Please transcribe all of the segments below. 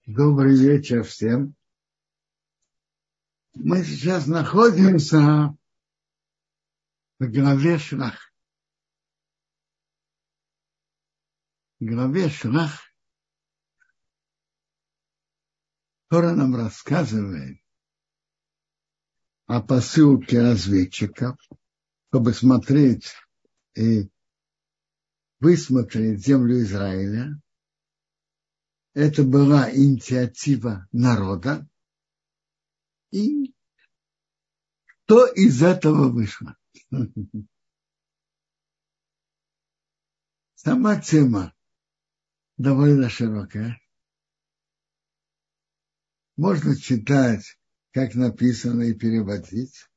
Добрый вечер всем. Мы сейчас находимся в главе Шлах. В главе Шлах Тора нам рассказывает о посылке разведчиков, чтобы смотреть и высмотреть землю Израиля. Это была инициатива народа. И что из этого вышло? Сама тема довольно широкая. Можно читать, как написано, и переводить.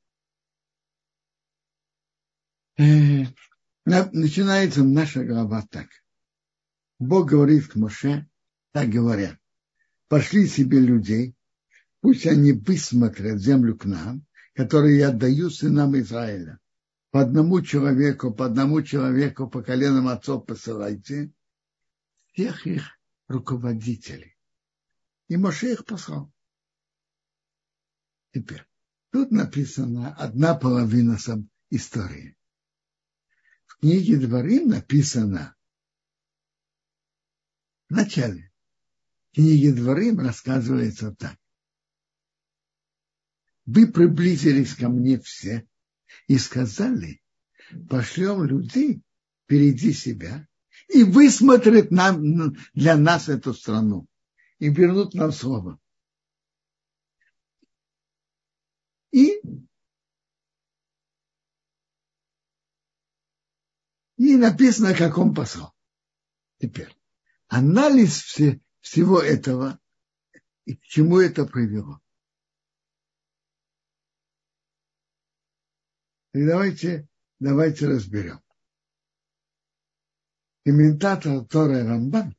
Начинается наша глава так. Бог говорит к Моше, так говоря: пошли себе людей, пусть они высмотрят землю к нам, которую я даю сынам Израиля. По одному человеку, по коленам отцов посылайте всех их руководителей. И Моше их послал. Теперь, тут написана одна половина истории. В книге Дворим написано в начале. В книге Дворим рассказывается так. Вы приблизились ко мне все и сказали: пошлем людей впереди себя и высмотрят для нас эту страну и вернут нам слово. И написано, как он послал. Теперь, анализ всего этого и к чему это привело. И давайте разберем. Комментатор Торы Рамбан,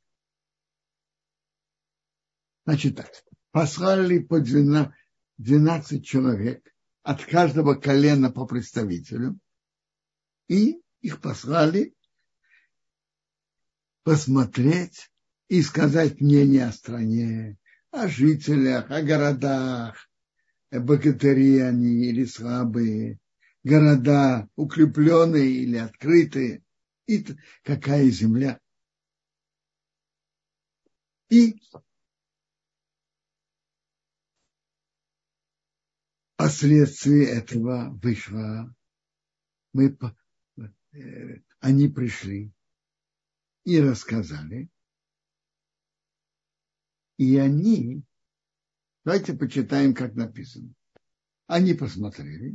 значит так, послали по 12 человек, от каждого колена по представителю, и их послали посмотреть и сказать мнение о стране, о жителях, о городах, богатыри они или слабые, города укрепленные или открытые, и какая земля. И последствия этого вышло. Они пришли и рассказали. И они, давайте почитаем, как написано. Они посмотрели,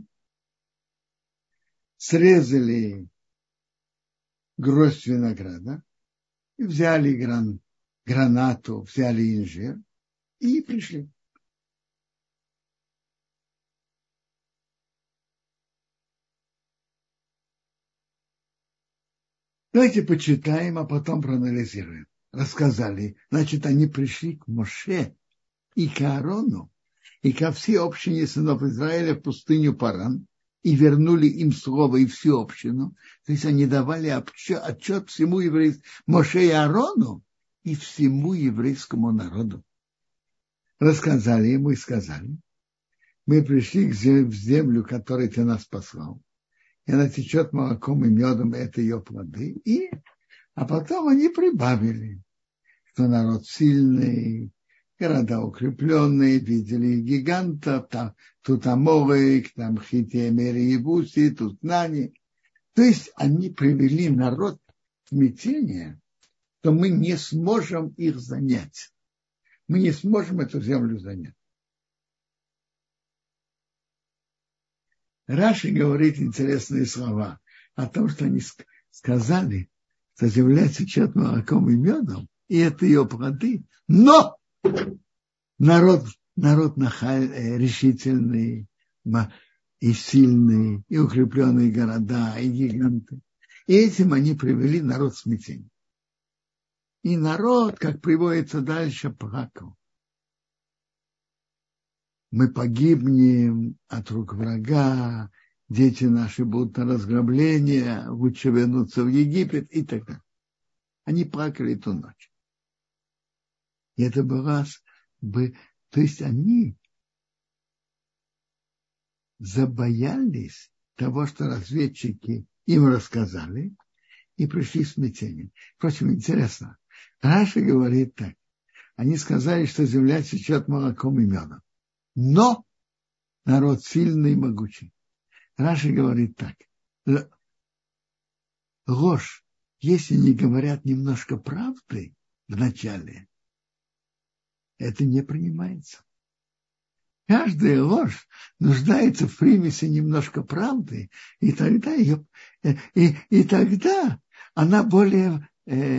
срезали гроздь винограда, и взяли гранату, взяли инжир и пришли. Давайте почитаем, а потом проанализируем. Рассказали, значит, они пришли к Моше и к Аарону и ко всей общине сынов Израиля в пустыню Паран и вернули им слово и всю общину. То есть они давали отчет всему Моше и Аарону и всему еврейскому народу. Рассказали ему и сказали: мы пришли в землю, которой ты нас послал, и она течет молоком и медом, это ее плоды. А потом они прибавили, что народ сильный, города укрепленные, видели гигантов, тут Аморы, там Хити, Эмери, Ебуси, тут Нани. То есть они привели народ в смятение, что мы не сможем их занять. Мы не сможем эту землю занять. Раши говорит интересные слова о том, что они сказали, что земля течет молоком и медом, и это ее плоды. Но народ решительный, и сильный, и укрепленные города, и гиганты. И этим они привели народ в смятение. И народ, как приводится дальше, плакал. Мы погибнем от рук врага, дети наши будут на разграбление, лучше вернуться в Египет и так далее. Они плакали ту ночь. И это была То есть они забоялись того, что разведчики им рассказали, и пришли в смятение. Впрочем, интересно. Раши говорит так. Они сказали, что земля течет молоком и медом. Но народ сильный и могучий. Раши говорит так. Ложь, если не говорят немножко правды в начале, это не принимается. Каждая ложь нуждается в примеси немножко правды, и тогда она более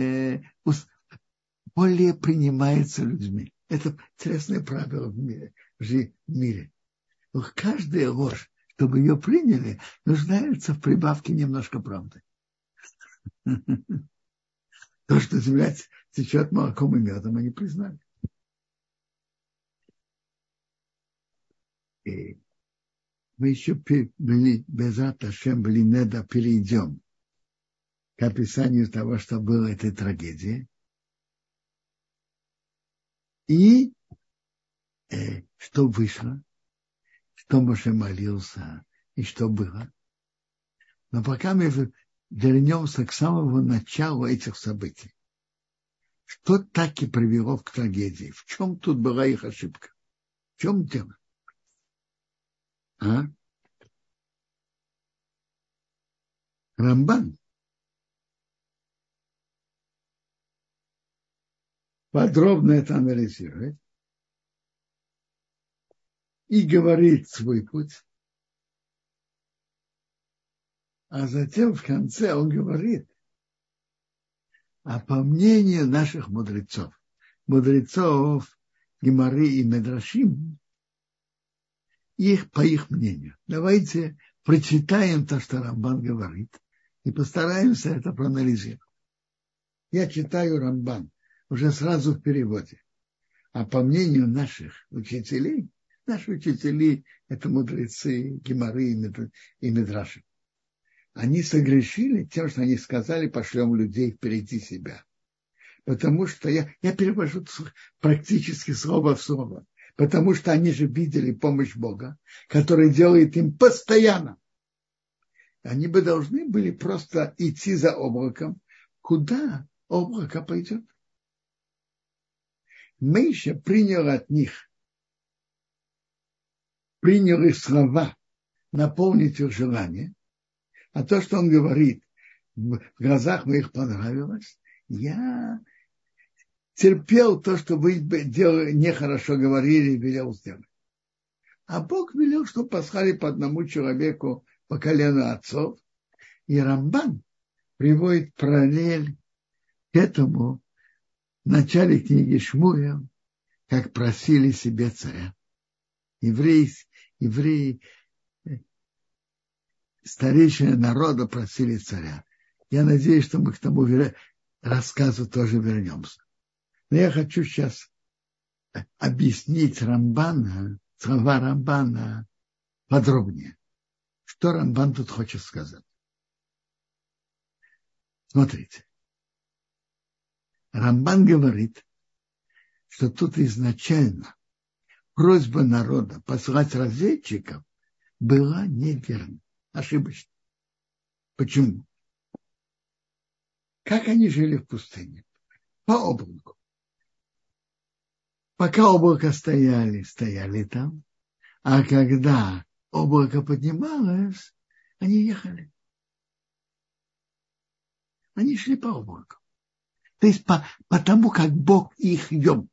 принимается людьми. Это интересное правило в мире. Каждая ложь, чтобы ее приняли, нуждается в прибавке немножко правды. То, что земля течет молоком и медом, они признали. И мы еще Безат Ашем Блинеда перейдем к описанию того, что было этой трагедии. И что вышло, что Моше молился и что было. Но пока мы вернемся к самому началу этих событий. Что так и привело к трагедии? В чем тут была их ошибка? В чем дело? Рамбан подробно это анализирует и говорит свой путь, а затем в конце он говорит, а по мнению наших мудрецов Гемары и Медрашим, по их мнению. Давайте прочитаем то, что Рамбан говорит, и постараемся это проанализировать. Я читаю Рамбан уже сразу в переводе. А по мнению наших учителей, наши учителі – это мудрецы Гемары и Медраши, они согрешили тем, что они сказали, пошлем людей впереди себя. Потому что я перевожу практически слово в слово. Потому что они же видели помощь Бога, который делает им постоянно. Они бы должны были просто идти за облаком, куда облако пойдет. Мейша принял их слова, наполнить их желание, а то, что он говорит, в глазах моих понравилось, я терпел то, что вы нехорошо говорили, и велел сделать. А Бог велел, чтобы послали по одному человеку по колену отцов. И Рамбан приводит параллель к этому в начале книги Шмуэля, как просили себе царя. Евреи, старейшины народа просили царя. Я надеюсь, что мы к тому рассказу тоже вернемся. Но я хочу сейчас объяснить слова Рамбана подробнее. Что Рамбан тут хочет сказать? Смотрите. Рамбан говорит, что тут изначально просьба народа послать разведчиков была неверна, ошибочна. Почему? Как они жили в пустыне? По облаку. Пока облако стояли там, а когда облако поднималось, они ехали. Они шли по облаку. То есть потому, как Бог их вел.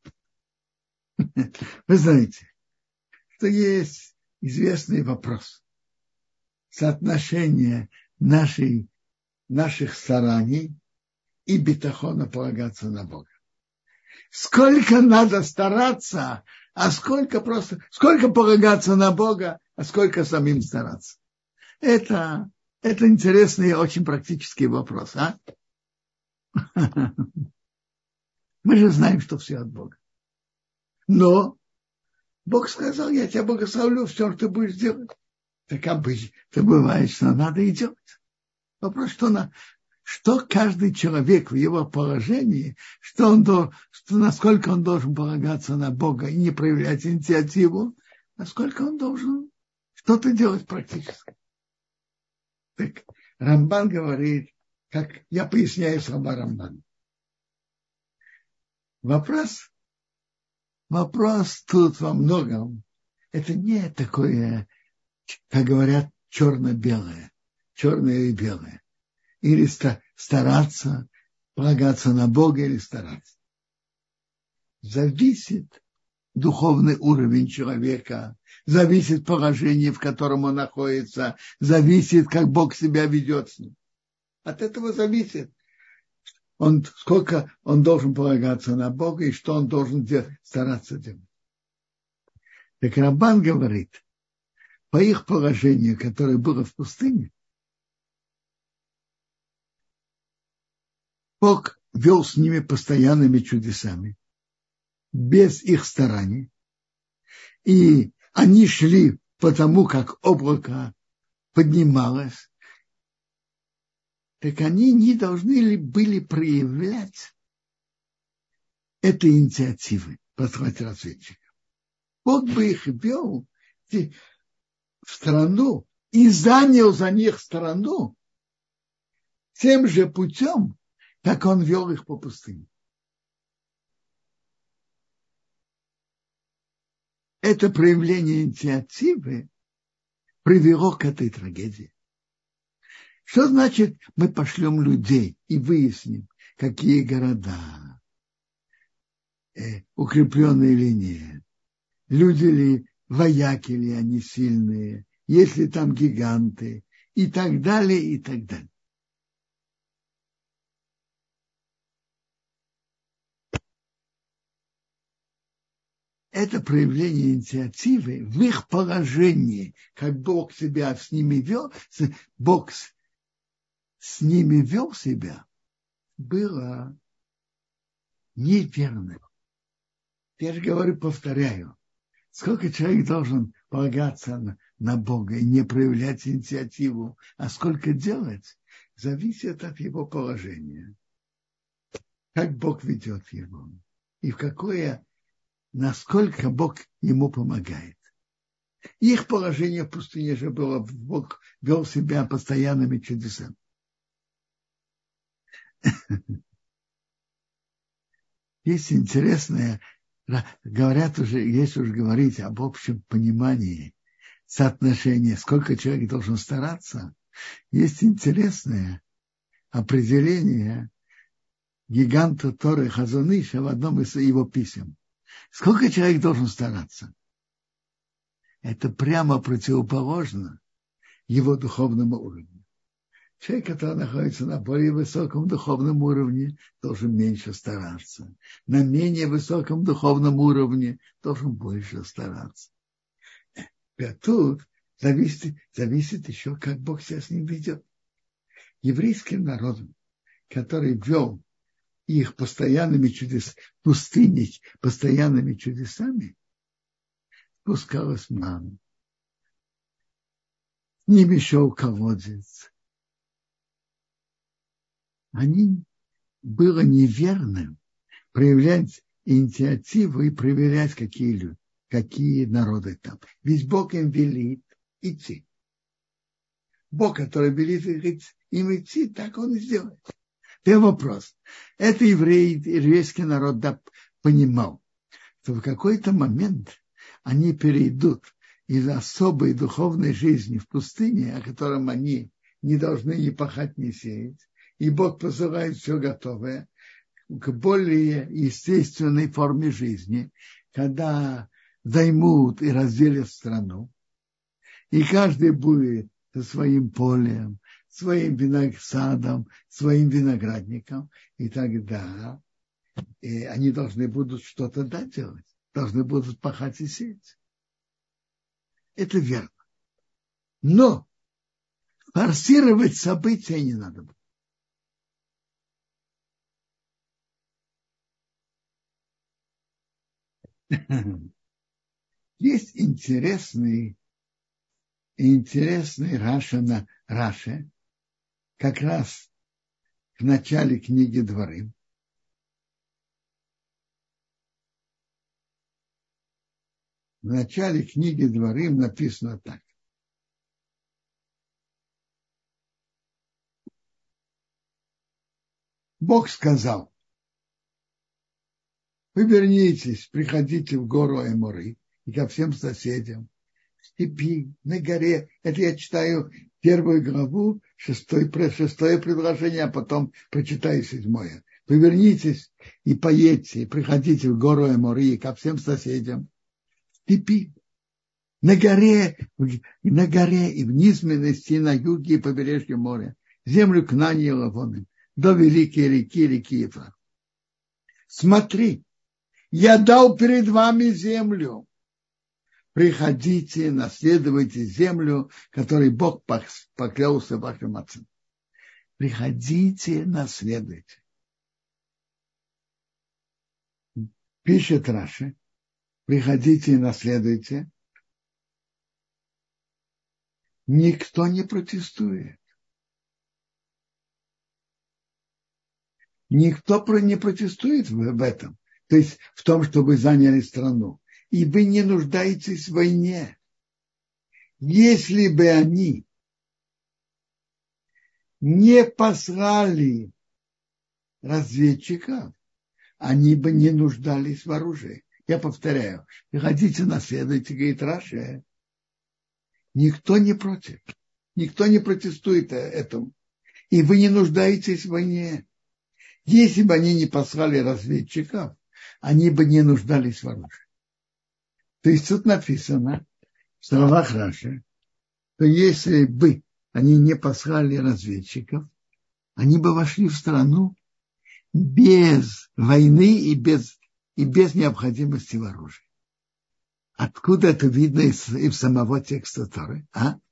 Вы знаете, что есть известный вопрос. Соотношение наших стараний и битахона полагаться на Бога. Сколько надо стараться, а сколько полагаться на Бога, а сколько самим стараться. Это интересный и очень практический вопрос, а? Мы же знаем, что все от Бога. Но Бог сказал, я тебя благословлю, все, что ты будешь делать. Так обычно бывает, что надо и делать. Вопрос, что каждый человек в его положении, насколько он должен полагаться на Бога и не проявлять инициативу, насколько он должен что-то делать практически. Так Рамбан говорит, как я поясняю слова Рамбана. Вопрос тут во многом, это не такое, как говорят, черно-белое, черное и белое. Или стараться, полагаться на Бога или стараться. Зависит духовный уровень человека, зависит положение, в котором он находится, зависит, как Бог себя ведет с ним. От этого зависит, сколько он должен полагаться на Бога и что он должен стараться делать. Так Рамбан говорит, по их положению, которое было в пустыне, Бог вел с ними постоянными чудесами, без их стараний. И они шли потому, как облако поднималось, так они не должны были проявлять этой инициативы, послать разведчиков. Бог бы их вел в страну и занял за них страну тем же путем, как он вел их по пустыне. Это проявление инициативы привело к этой трагедии. Что значит, мы пошлем людей и выясним, какие города укрепленные или нет, люди ли, вояки ли они сильные, есть ли там гиганты и так далее, и так далее. Это проявление инициативы в их положении, как Бог себя с ними вел, Бог с ними вел себя, было неверным. Я же говорю, повторяю, сколько человек должен полагаться на Бога и не проявлять инициативу, а сколько делать, зависит от его положения. Как Бог ведет его и насколько Бог ему помогает. Их положение в пустыне же было, Бог вел себя постоянными чудесами. Есть интересное, говорят уже, если уж говорить об общем понимании соотношения, сколько человек должен стараться, есть интересное определение гиганта Торы Хазон Иша в одном из его писем. Сколько человек должен стараться? Это прямо противоположно его духовному уровню. Человек, который находится на более высоком духовном уровне, должен меньше стараться. На менее высоком духовном уровне должен больше стараться. Тут зависит еще, как Бог себя с ним ведет. Еврейским народом, который вел их постоянными чудесами, пустыней, постоянными чудесами, спускалась мана. С ними шел колодец. Было неверным проявлять инициативу и проверять, какие народы там. Ведь Бог им велит идти. Бог, который велит им идти, так он и сделает. Первый вопрос. Это еврейский народ понимал, что в какой-то момент они перейдут из особой духовной жизни в пустыне, о котором они не должны ни пахать, ни сеять, и Бог посылает все готовое, к более естественной форме жизни, когда займут и разделят страну, и каждый будет со своим полем, своим садом, своим виноградником, и тогда они должны будут что-то делать, должны будут пахать и сеять. Это верно. Но форсировать события не надо было. Есть интересный Раше, как раз в начале книги Дворим. В начале книги Дворим написано так. Бог сказал: вы вернитесь, приходите в гору Эморы и ко всем соседям, в степи, на горе. Это я читаю первую главу, шестое предложение, а потом прочитаю 7. Вы вернитесь и поедьте, и приходите в гору Эморы и ко всем соседям, в степи, на горе и в низменности, на юге и побережье моря, землю Кнани и Лавоны, до великой реки Ефрат. Смотри, я дал перед вами землю. Приходите, наследуйте землю, которой Бог поклялся вашим отцам. Приходите, наследуйте. Пишет Раши: приходите и наследуйте. Никто не протестует. Никто не протестует в этом. То есть в том, что вы заняли страну. И вы не нуждаетесь в войне. Если бы они не послали разведчиков, они бы не нуждались в оружии. Я повторяю, приходите, наследуйте, говорит Раши. Никто не против. Никто не протестует этому. И вы не нуждаетесь в войне. Если бы они не послали разведчиков, они бы не нуждались в оружии. То есть тут написано в словах Раши, что если бы они не послали разведчиков, они бы вошли в страну без войны и без необходимости в оружии. Откуда это видно из самого текста Торы?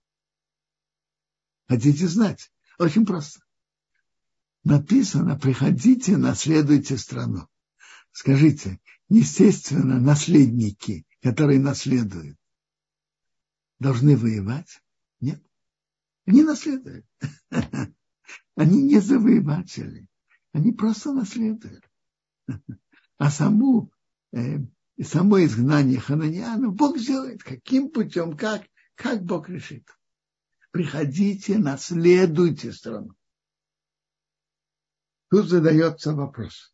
Хотите знать? Очень просто. Написано: приходите, наследуйте страну. Скажите, естественно, наследники, которые наследуют, должны воевать? Нет. Они наследуют. Они не завоеватели. Они просто наследуют. А само изгнание хананианов Бог сделает. Каким путем, как Бог решит. Приходите, наследуйте страну. Тут задается вопрос.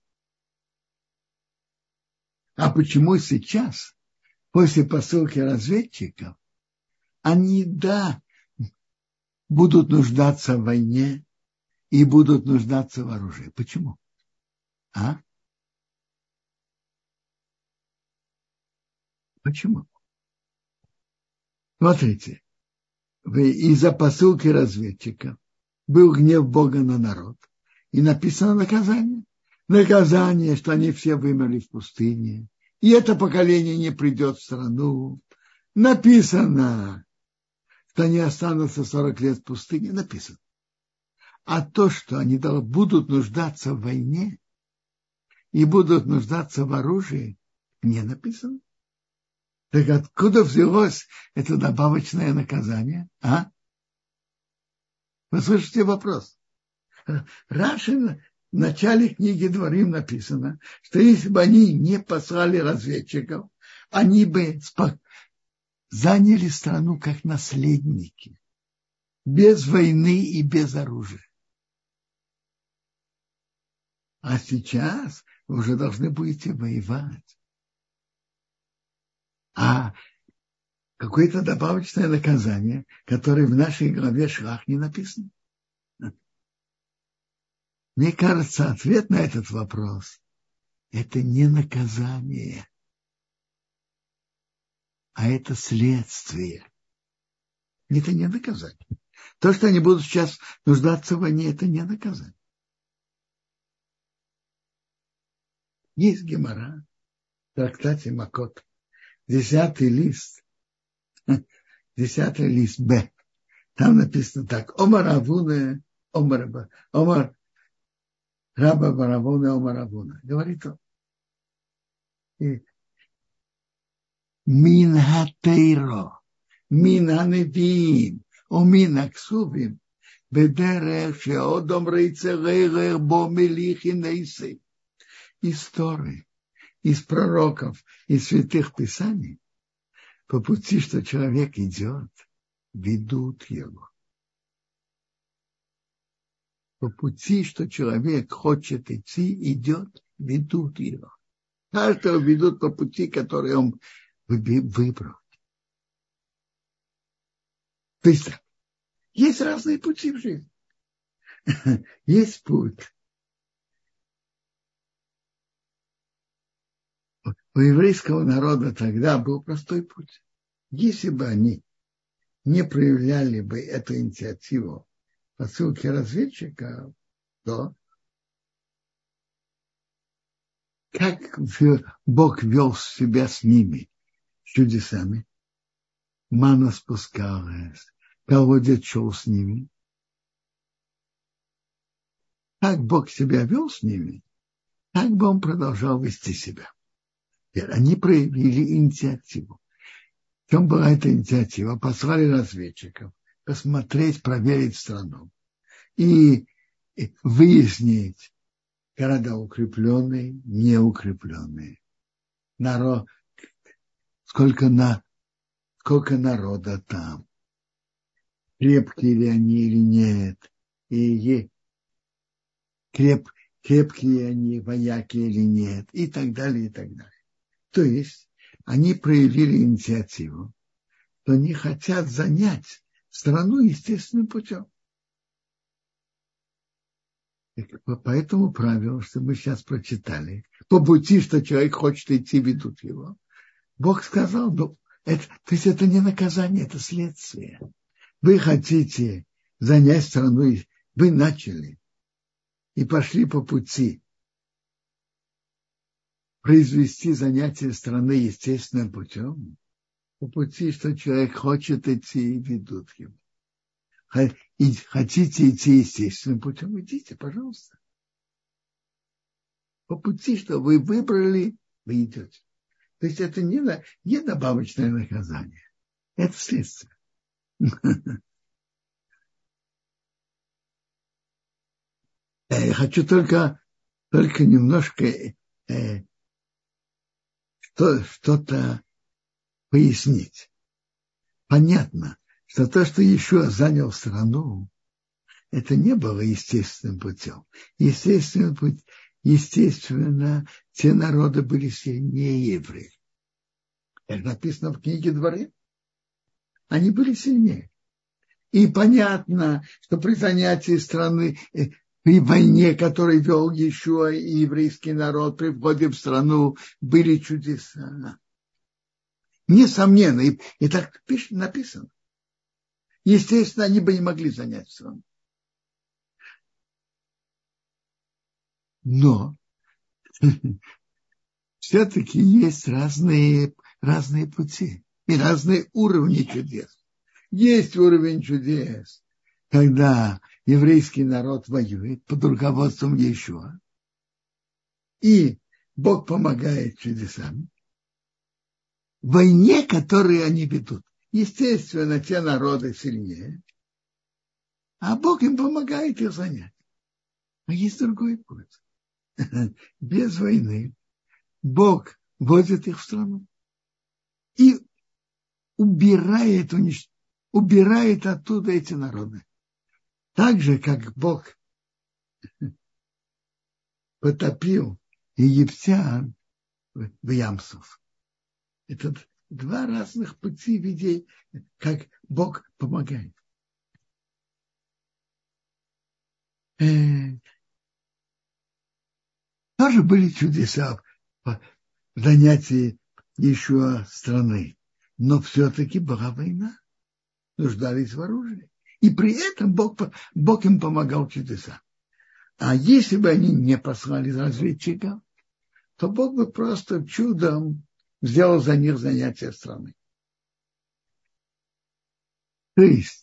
А почему сейчас, после посылки разведчиков, они, будут нуждаться в войне и будут нуждаться в оружии? Почему? Почему? Смотрите, из-за посылки разведчиков был гнев Бога на народ, и написано наказание. Наказание, что они все вымерли в пустыне, и это поколение не придет в страну. Написано, что они останутся 40 лет в пустыне, написано. А то, что они будут нуждаться в войне и будут нуждаться в оружии, не написано. Так откуда взялось это добавочное наказание? Вы слышите вопрос? Раши в начале книги Дворим написано, что если бы они не послали разведчиков, они бы заняли страну как наследники, без войны и без оружия. А сейчас вы уже должны будете воевать. А какое-то добавочное наказание, которое в нашей главе Шлах не написано. Мне кажется, ответ на этот вопрос – это не наказание, а это следствие. Это не наказание. То, что они будут сейчас нуждаться в войне, это не наказание. Есть Гемара в трактате Макот, 10-й лист Б. Там написано так: Омар Авуне, Омар Раба Баравуна, Омар Авуна. Говорит он: Мин хатейро, мин ханевиим, о мин аксувим, бедерех шеодом рейцеререх бо мелихи нейсы. Из Торы, из пророков, из святых писаний, по пути, что человек идет, ведут его. По пути, что человек хочет идти, идет, ведут его. Каждого ведут по пути, который он выбрал. То есть есть разные пути в жизни. Есть путь. У еврейского народа тогда был простой путь. Если бы они не проявляли бы эту инициативу по ссылке разведчика, то как Бог вел себя с ними, с чудесами, манна спускалась, колодец шел с ними. Как Бог себя вел с ними, так бы он продолжал вести себя. Они проявили инициативу. В чем была эта инициатива? Послали разведчиков посмотреть, проверить страну и выяснить города укрепленные, неукрепленные. Народ, сколько народа там, крепкие ли они или нет, и крепкие они, вояки или нет, и так далее, и так далее. То есть они проявили инициативу, что они хотят занять страну естественным путем. По этому правилу, что мы сейчас прочитали, по пути, что человек хочет идти, ведут его, Бог сказал, то есть это не наказание, это следствие. Вы хотите занять страну, вы начали и пошли по пути произвести занятие страны естественным путем, по пути, что человек хочет идти, и ведут его. Хотите идти естественным путем, идите, пожалуйста. По пути, что вы выбрали, вы идете. То есть это не добавочное наказание, это следствие. Я хочу только немножко что-то пояснить. Понятно, что то, что Иешуа занял страну, это не было естественным путем. Естественно, те народы были сильнее евреев. Это написано в книге Дворим. Они были сильнее. И понятно, что при занятии страны, при войне, которую вел Иешуа и еврейский народ, при входе в страну, были чудеса. Несомненно, и так написано. Естественно, они бы не могли занять страну. Но все-таки есть разные пути и разные уровни чудес. Есть уровень чудес, когда еврейский народ воюет под руководством Иешуа, и Бог помогает чудесами. В войне, которые они ведут, естественно, те народы сильнее, а Бог им помогает их занять. А есть другой путь. Без войны Бог вводит их в страну и убирает оттуда эти народы. Так же, как Бог потопил египтян в Ямсов. Это два разных пути видей, как Бог помогает. Тоже были чудеса в занятии Иешуа страны. Но все-таки была война. Нуждались в оружии. И при этом Бог им помогал чудеса. А если бы они не послали разведчиков, то Бог бы просто чудом сделал за них занятие страны. То есть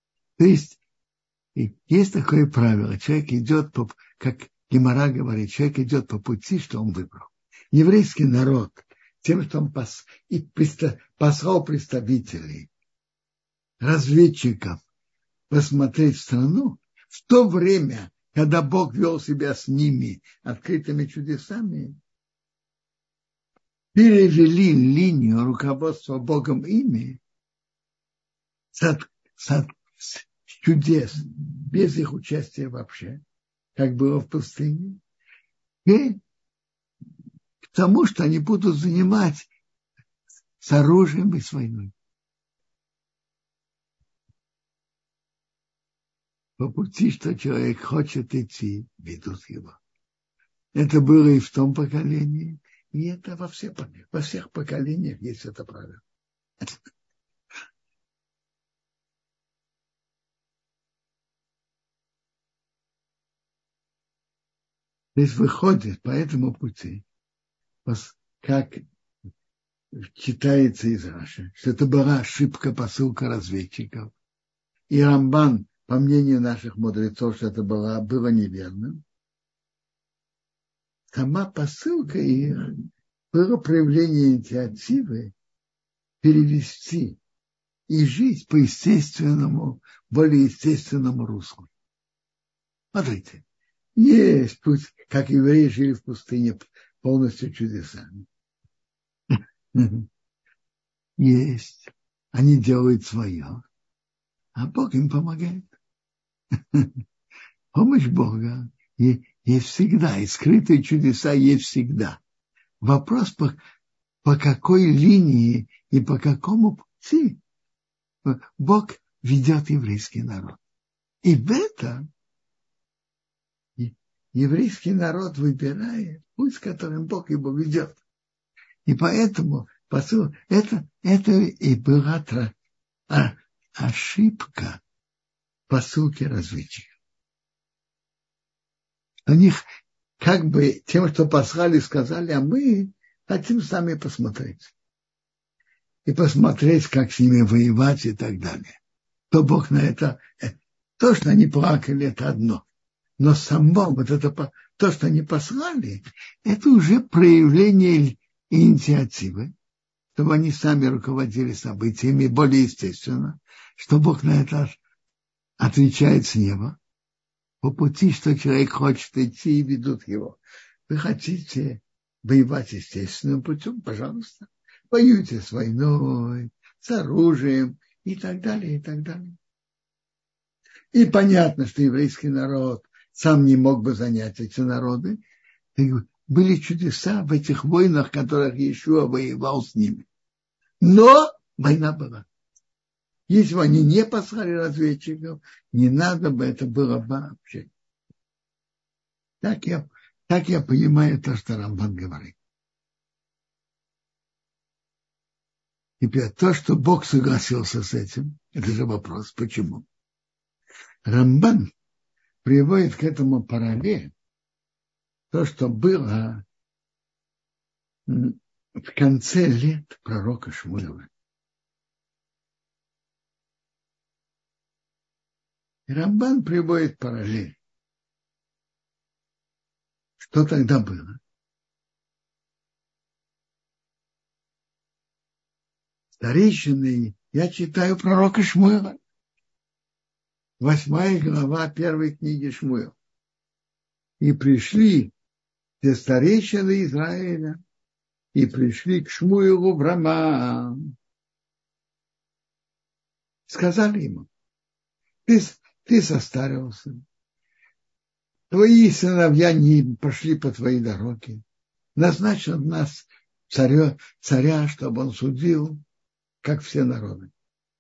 есть такое правило. Человек идет, как Гемара говорит, человек идет по пути, что он выбрал. Еврейский народ, тем, что он послал представителей, разведчиков, посмотреть страну, в то время, когда Бог вел себя с ними открытыми чудесами, перевели линию руководства Богом ими с чудес без их участия вообще, как было в пустыне, и к тому, что они будут занимать с оружием и с войной. По пути, что человек хочет идти, ведут его. Это было и в том поколении, и это во всех поколениях есть это правило. То есть выходит по этому пути, как читается из Раши, что это была ошибка, посылка разведчиков. И Рамбан, по мнению наших мудрецов, что это было неверным. Сама посылка их было проявление инициативы перевести и жить по естественному, более естественному руслу. Смотрите, есть путь, как евреи жили в пустыне полностью чудесами. Есть. Они делают свое, а Бог им помогает. Помощь Бога есть всегда, и скрытые чудеса есть всегда. Вопрос, по какой линии и по какому пути Бог ведет еврейский народ. И в этом еврейский народ выбирает путь, которым Бог его ведет. И поэтому это и была ошибка посылки разведчиков. У них как бы тем, что послали, сказали, а мы хотим сами посмотреть. И посмотреть, как с ними воевать и так далее. То Бог на это... То, что они плакали, это одно. Но само вот это, то, что они послали, это уже проявление инициативы, чтобы они сами руководили событиями, более естественно, что Бог на это отвечает с неба. По пути, что человек хочет идти, и ведут его. Вы хотите воевать естественным путем, пожалуйста. Воюйте с войной, с оружием и так далее, и так далее. И понятно, что еврейский народ сам не мог бы занять эти народы. И были чудеса в этих войнах, в которых Иешуа воевал с ними. Но война была. Если бы они не послали разведчиков, не надо бы это было вообще. Так я понимаю то, что Рамбан говорит. Теперь то, что Бог согласился с этим, это же вопрос, почему. Рамбан приводит к этому параллель то, что было в конце лет пророка Шмуэла. И Рамбан приводит параллель. Что тогда было? Старейшины, я читаю пророка Шмуэла. 8 глава 1 книги Шмуэла. И пришли все старейшины Израиля, и пришли к Шмуэлу в Рама. Сказали ему, ты состарился, твои сыновья не пошли по твоей дороге, назначил от нас царя, чтобы он судил, как все народы.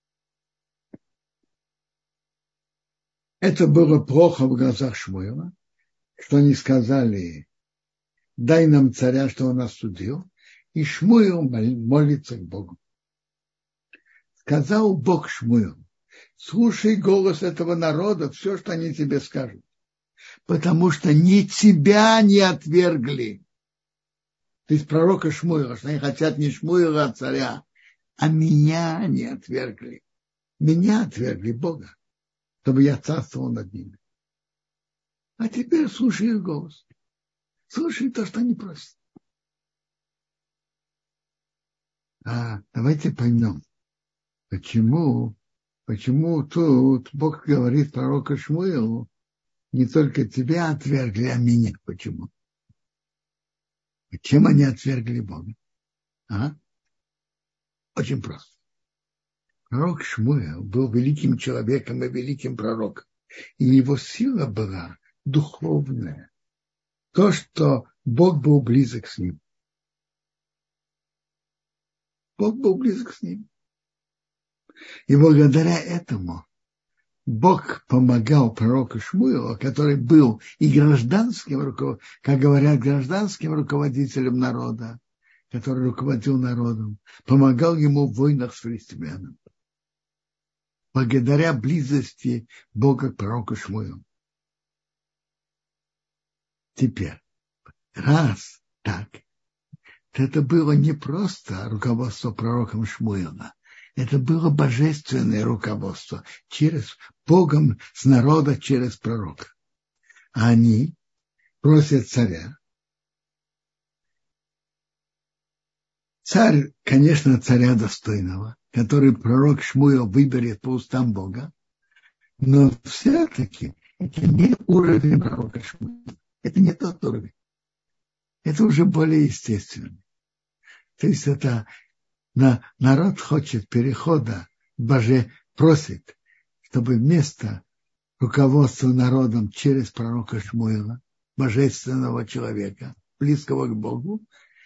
Это было плохо в глазах Шмуэла, что они сказали, дай нам царя, что он нас судил, и Шмуэл молится к Богу. Сказал Бог Шмуэлу, слушай голос этого народа, все, что они тебе скажут, потому что ни тебя не отвергли. То есть пророка Шмуэла, что они хотят не Шмуэла, а царя, а меня не отвергли. Меня отвергли Бога, чтобы я царствовал над ними. А теперь слушай их голос. Слушай то, что они просят. Давайте поймем, почему Почему тут Бог говорит пророку Шмуилу, не только тебя отвергли, а меня? Почему? Чем они отвергли Бога? А? Очень просто. Пророк Шмуил был великим человеком и великим пророком. И его сила была духовная. То, что Бог был близок с ним. Бог был близок с ним. И благодаря этому Бог помогал пророку Шмуилу, который был и гражданским, как говорят, гражданским руководителем народа, который руководил народом, помогал ему в войнах с филистимлянами. Благодаря близости Бога к пророку Шмуилу. Теперь, раз так, то это было не просто руководство пророком Шмуила, это было божественное руководство через Богом с народа через пророка. А они просят царя. Царь, конечно, царя достойного, который пророк Шмуил выберет по устам Бога, но все-таки это не уровень пророка Шмуила. Это не тот уровень. Это уже более естественно. То есть это народ хочет перехода, просит, чтобы вместо руководства народом через пророка Шмуила, божественного человека, близкого к Богу,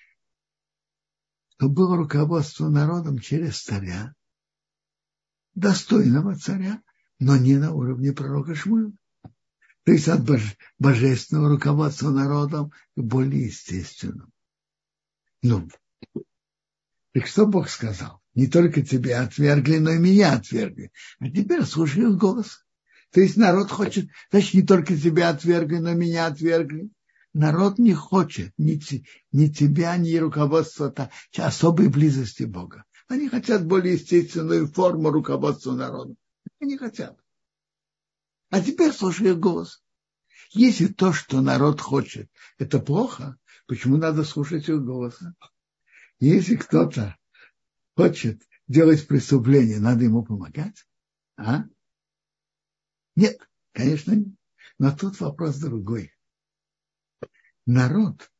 то было руководство народом через царя, достойного царя, но не на уровне пророка Шмуила. То есть от божественного руководства народом к более естественному. Ну, так что Бог сказал? Не только тебя отвергли, но и меня отвергли. А теперь слушай их голос. То есть народ хочет, значит, не только тебя отвергли, но и меня отвергли. Народ не хочет ни тебя, ни руководства особой близости Бога. Они хотят более естественную форму руководства народом. Они хотят. А теперь слушай их голос. Если то, что народ хочет, это плохо, почему надо слушать их голоса? Если кто-то хочет делать преступление, надо ему помогать? А? Нет, конечно, нет. Но тут вопрос другой. Народ,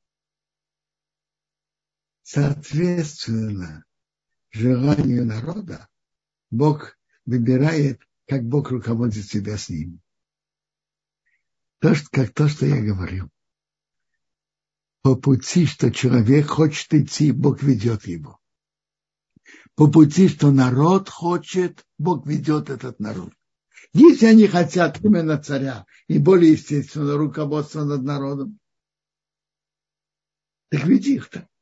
соответственно желанию народа, Бог выбирает, как Бог руководит себя с ним. То, что я говорил. По пути, что человек хочет идти, Бог ведет его. По пути, что народ хочет, Бог ведет этот народ. Если они хотят именно царя и более естественно руководство над народом, так веди их так.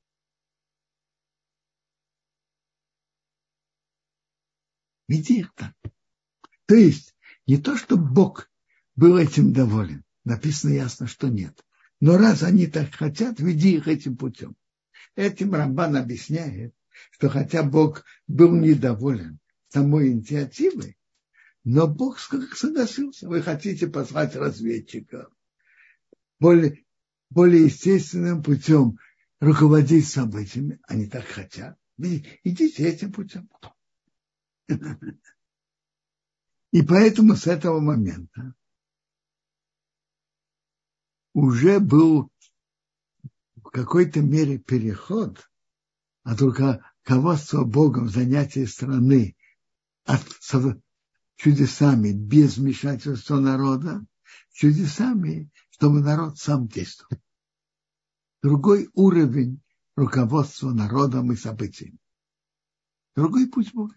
Веди их так. То есть не то, что Бог был этим доволен. Написано ясно, что нет. Но раз они так хотят, веди их этим путем. Этим Рамбан объясняет, что хотя Бог был недоволен самой инициативой, но Бог согласился. Вы хотите послать разведчиков более естественным путем руководить событиями. Они так хотят. Идите этим путем. И поэтому с этого момента уже был в какой-то мере переход от руководства Богом в занятии страны от чудесами без вмешательства народа, чудесами, чтобы народ сам действовал. Другой уровень руководства народом и событиями. Другой путь Бога.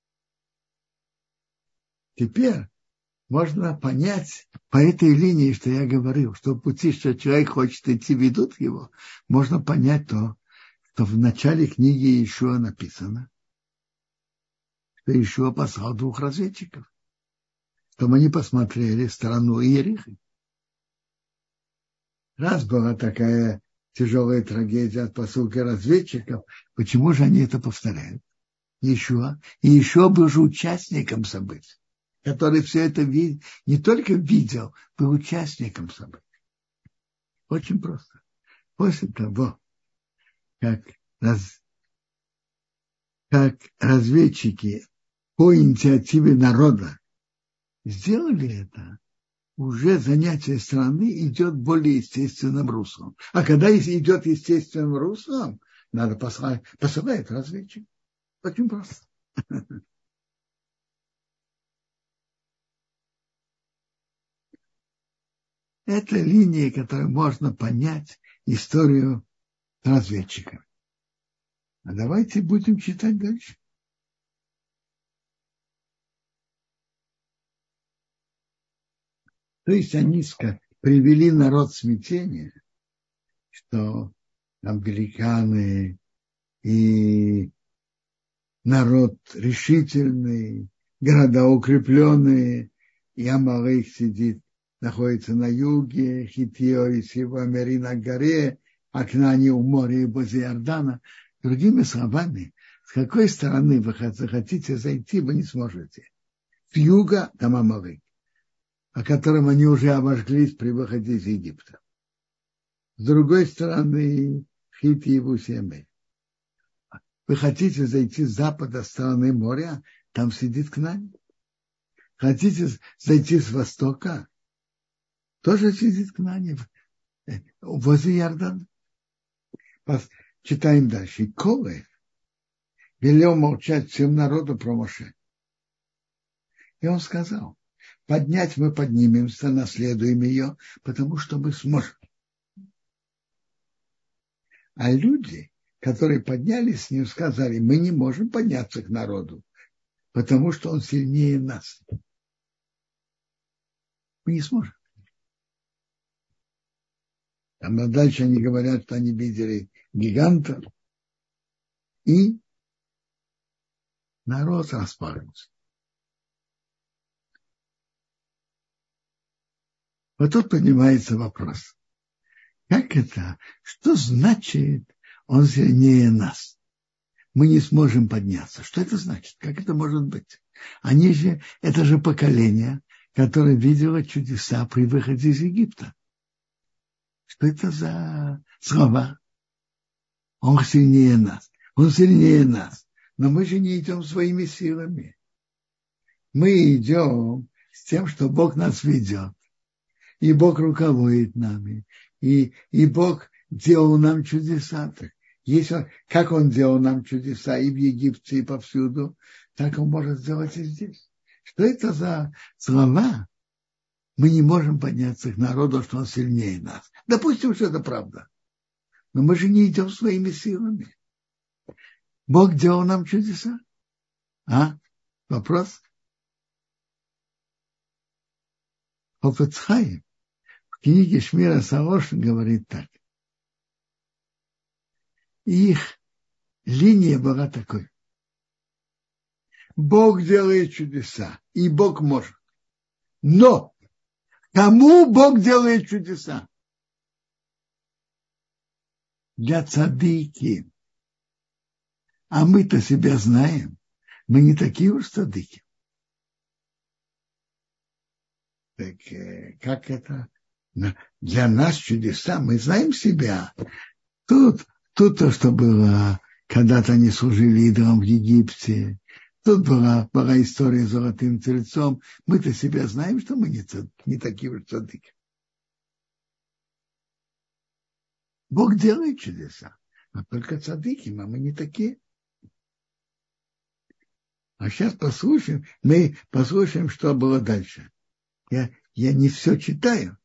Теперь можно понять по этой линии, что я говорил, что пути, что человек хочет идти, ведут его, можно понять то, что в начале книги Иешуа написано, что Иешуа послал 2 разведчиков, чтобы они посмотрели сторону Иерихи. Раз была такая тяжелая трагедия от посылки разведчиков, почему же они это повторяют? Иешуа. И Иешуа был же участником событий, который все это не только видел, был участником событий. Очень просто. После того, как разведчики по инициативе народа сделали это, уже занятие страны идет более естественным руслом. А когда идет естественным руслом, надо посылать разведчик. Очень просто. Это линия, которой можно понять историю разведчика. А давайте будем читать дальше. То есть они привели народ в смятение, что там великаны и народ решительный, города укрепленные, и Амалек сидит, находится на юге, Хитио и Сивамери на горе, Акнани у моря и возле Иордана. Другими словами, с какой стороны вы захотите зайти, вы не сможете. С юга там Амалек, о котором они уже обожглись при выходе из Египта. С другой стороны, Хити и Бусемей. Вы хотите зайти с запада стороны моря, там сидит Кнань. Хотите зайти с востока, тоже сидит Кнань возле Иордана. Читаем дальше. Колев велел молчать всем народу про Моше. И он сказал, поднять мы поднимемся, наследуем ее, потому что мы сможем. А люди, которые поднялись с ним, сказали, мы не можем подняться к народу, потому что он сильнее нас. Мы не сможем. А дальше они говорят, что они видели гигантов, и народ распался. Вот тут поднимается вопрос. Как это? Что значит он сильнее нас? Мы не сможем подняться. Что это значит? Как это может быть? Это же поколение, которое видело чудеса при выходе из Египта. Что это за слова? Он сильнее нас. Он сильнее нас. Но мы же не идем своими силами. Мы идем с тем, что Бог нас ведет. И Бог руководит нами. И Бог делал нам чудеса. Как Он делал нам чудеса и в Египте, и повсюду, так Он может сделать и здесь. Что это за слова? Мы не можем подняться к народу, что он сильнее нас. Допустим, что это правда. Но мы же не идем своими силами. Бог делал нам чудеса. Вопрос? Хофец Хаим в книге Шмира Салош говорит так. Их линия была такой. Бог делает чудеса, и Бог может. Но кому Бог делает чудеса? Для цадыки. А мы-то себя знаем. Мы не такие уж цадыки. Так как это? Для нас чудеса. Мы знаем себя. Тут то, что было, когда-то они служили идолам в Египте. Тут была история с золотым тельцом. Мы-то себя знаем, что мы не такие уж цадыки. Бог делает чудеса, а только цадыки, а мы не такие. А сейчас мы послушаем, что было дальше. Я не все читаю.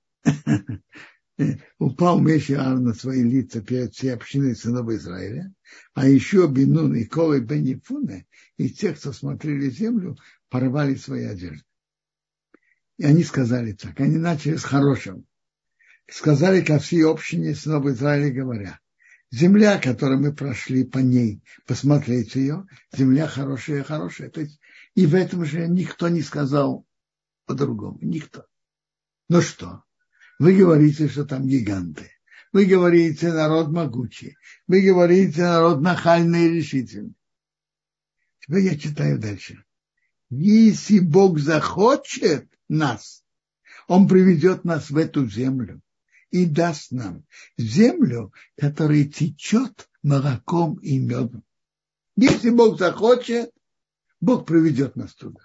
Упал меч Иоанна на свои лица перед всей общиной сынов Израиля, а еще Бинун и Колы бен Ефуне из тех, кто смотрели землю, порвали свои одежды. И они сказали так, они начали с хорошего. Сказали ко всей общине сынов Израиля, говоря, земля, которую мы прошли по ней, посмотреть ее, земля хорошая. То есть и в этом же никто не сказал по-другому, никто. Ну что? Вы говорите, что там гиганты. Вы говорите, народ могучий. Вы говорите, народ нахальный и решительный. Теперь я читаю дальше. Если Бог захочет нас, Он приведет нас в эту землю и даст нам землю, которая течет молоком и медом. Если Бог захочет, Бог приведет нас туда.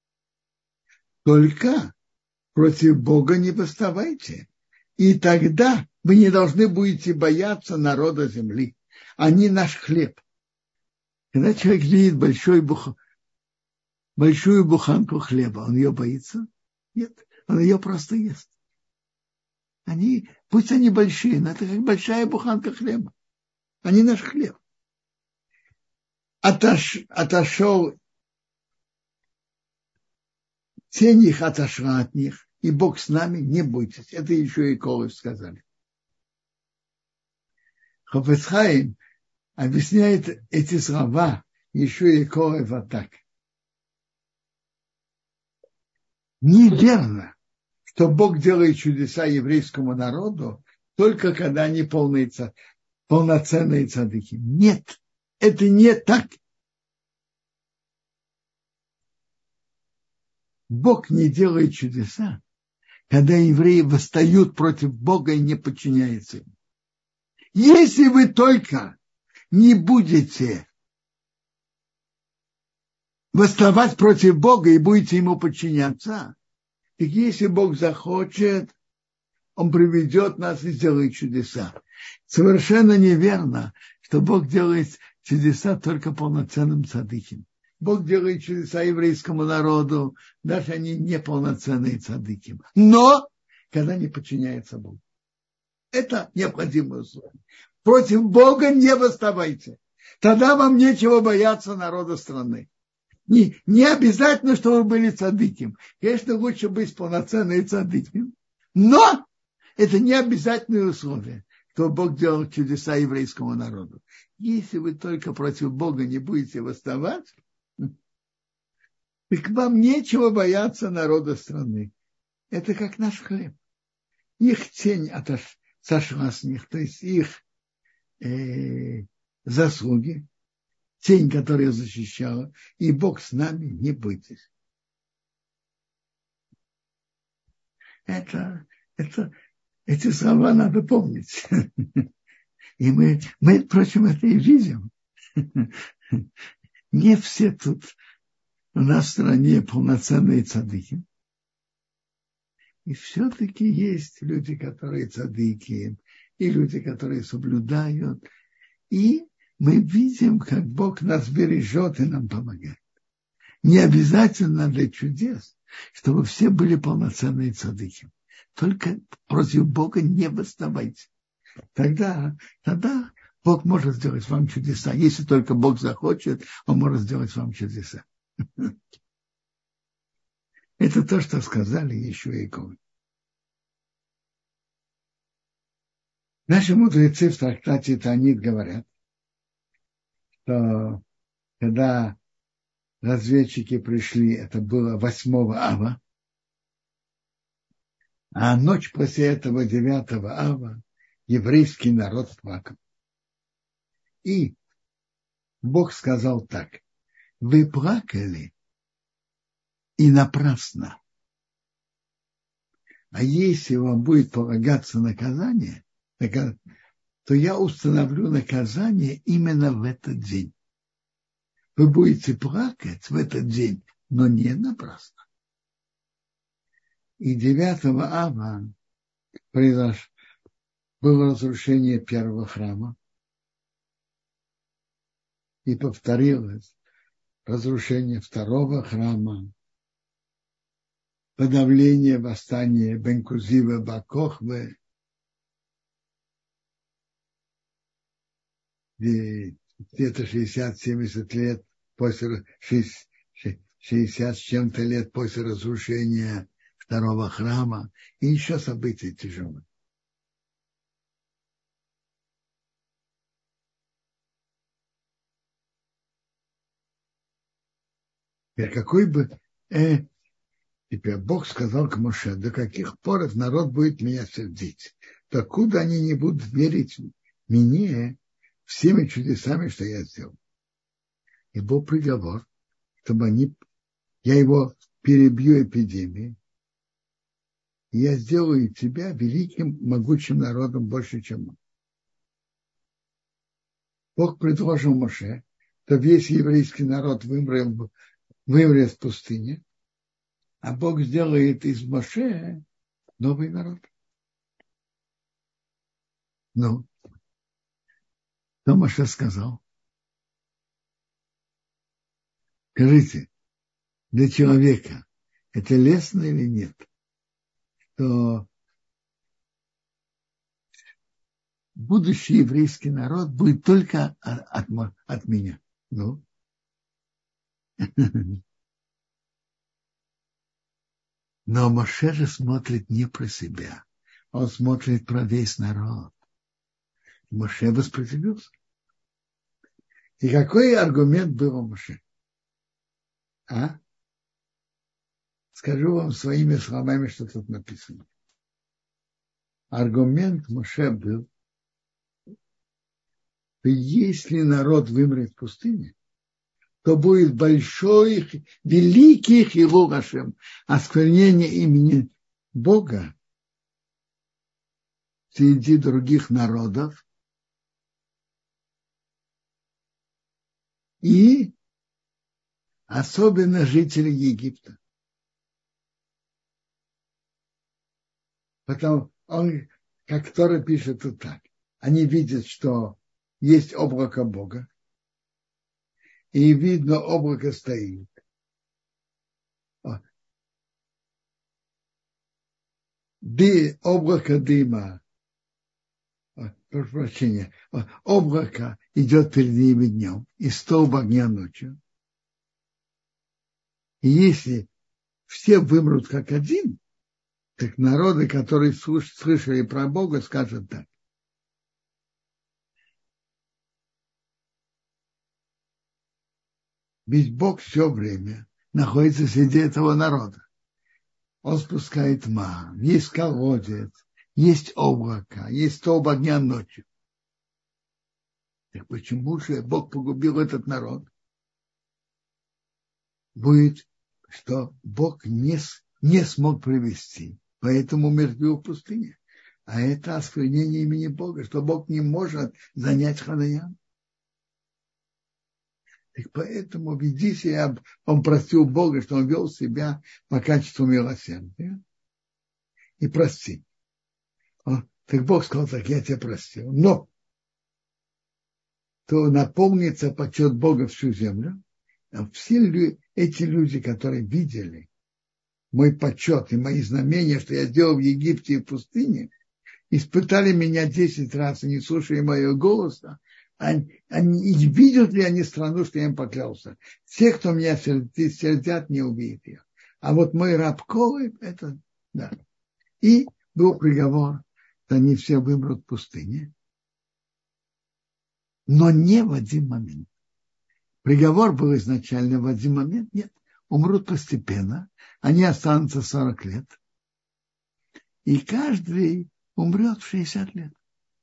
Только против Бога не восставайте. И тогда вы не должны будете бояться народа земли. Они наш хлеб. Когда человек видит большую буханку хлеба, он ее боится? Нет, он ее просто ест. Пусть они большие, но это как большая буханка хлеба. Они наш хлеб. Отошел, тень их отошла от них, и Бог с нами, не бойтесь. Это еще и Колыш сказали. Хафец Хаим объясняет эти слова еще и Колыш вот так. Неверно, что Бог делает чудеса еврейскому народу только когда они полноценные цадыки. Нет, это не так. Бог не делает чудеса, когда евреи восстают против Бога и не подчиняются ему. Если вы только не будете восставать против Бога и будете ему подчиняться, так если Бог захочет, он приведет нас и сделает чудеса. Совершенно неверно, что Бог делает чудеса только полноценным цадыким. Бог делает чудеса еврейскому народу, даже они неполноценные цадыким. Но, когда не подчиняется Богу. Это необходимое условие. Против Бога не восставайте. Тогда вам нечего бояться народа страны. Не обязательно, что вы были цадыким. Конечно, лучше быть полноценным цадыким. Но это не обязательное условие, что Бог делал чудеса еврейскому народу. Если вы только против Бога не будете восставать, так вам нечего бояться народа страны. Это как наш хлеб. Их тень сошла с них, то есть их заслуги, тень, которая защищала, и Бог с нами, не бойтесь. Эти слова надо помнить. И мы, впрочем, это и видим. Не все тут у нас в стране полноценные цадыки. И все-таки есть люди, которые цадыки, и люди, которые соблюдают. И мы видим, как Бог нас бережет и нам помогает. Не обязательно для чудес, чтобы все были полноценные цадыки. Только против Бога не восставайте. Тогда Бог может сделать вам чудеса. Если только Бог захочет, Он может сделать вам чудеса. Это то, что сказали еще и Ковы. Наши мудрецы в трактате Таанит говорят, что когда разведчики пришли, это было 8 ава, а ночь после этого 9 ава еврейский народ плакал. И Бог сказал так: вы плакали и напрасно. А если вам будет полагаться наказание, то я установлю наказание именно в этот день. Вы будете плакать в этот день, но не напрасно. И 9 ава было разрушение первого храма, и повторилось разрушение второго храма, подавление восстания Бен-Кузива Бар-Кохбы, где-то 60-70 лет после 60 с чем-то лет после разрушения второго храма, и еще события тяжелые. Теперь Бог сказал к Моше: до каких пор этот народ будет меня сердить? Докуда они не будут верить мне всеми чудесами, что я сделал? И был приговор, чтобы я его перебью эпидемией, и я сделаю тебя великим, могучим народом больше, чем он. Бог предложил Моше, что весь еврейский народ вымрал вымрет в пустыне, а Бог сделает из Моше новый народ. Ну, что Моше сказал? Скажите, для человека это лестно или нет? Что будущий еврейский народ будет только от меня. Ну. Но Моше же смотрит не про себя. Он смотрит про весь народ. Моше воспротивился. И какой аргумент был у Моше? А? Скажу вам своими словами, что тут написано. Аргумент Моше был, что если народ вымрет в пустыне, то будет большой, великий хилул Ашем, осквернение имени Бога среди других народов и особенно жителей Египта. Потом он, как Тора пишет тут так, они видят, что есть облако Бога, и видно, облако стоит. Облако дыма, прошу прощения, облако идет перед ними днем, и столб огня ночью. И если все вымрут как один, так народы, которые слышали про Бога, скажут так. Ведь Бог все время находится среди этого народа. Он спускает ман, есть колодец, есть облако, есть столб огня ночью. Так почему же Бог погубил этот народ? Будет, что Бог не смог привести, поэтому умертвил в пустыне. А это осквернение имени Бога, что Бог не может занять Ханаян. Так поэтому веди себя, он простил Бога, что он вел себя по качеству милосердия. И прости. Так Бог сказал так, я тебя простил. Но то наполнится почет Бога всю землю. А все эти люди, которые видели мой почет и мои знамения, что я сделал в Египте и в пустыне, испытали меня 10 раз и не слушая моего голоса, видят ли они страну, что я им поклялся? Те, кто меня сердят, не увидят ее. А вот мой раб Колы, это, да. И был приговор, что они все вымрут в пустыне, но не в один момент. Приговор был изначально в один момент, нет. Умрут постепенно, они останутся 40 лет, и каждый умрет в 60 лет.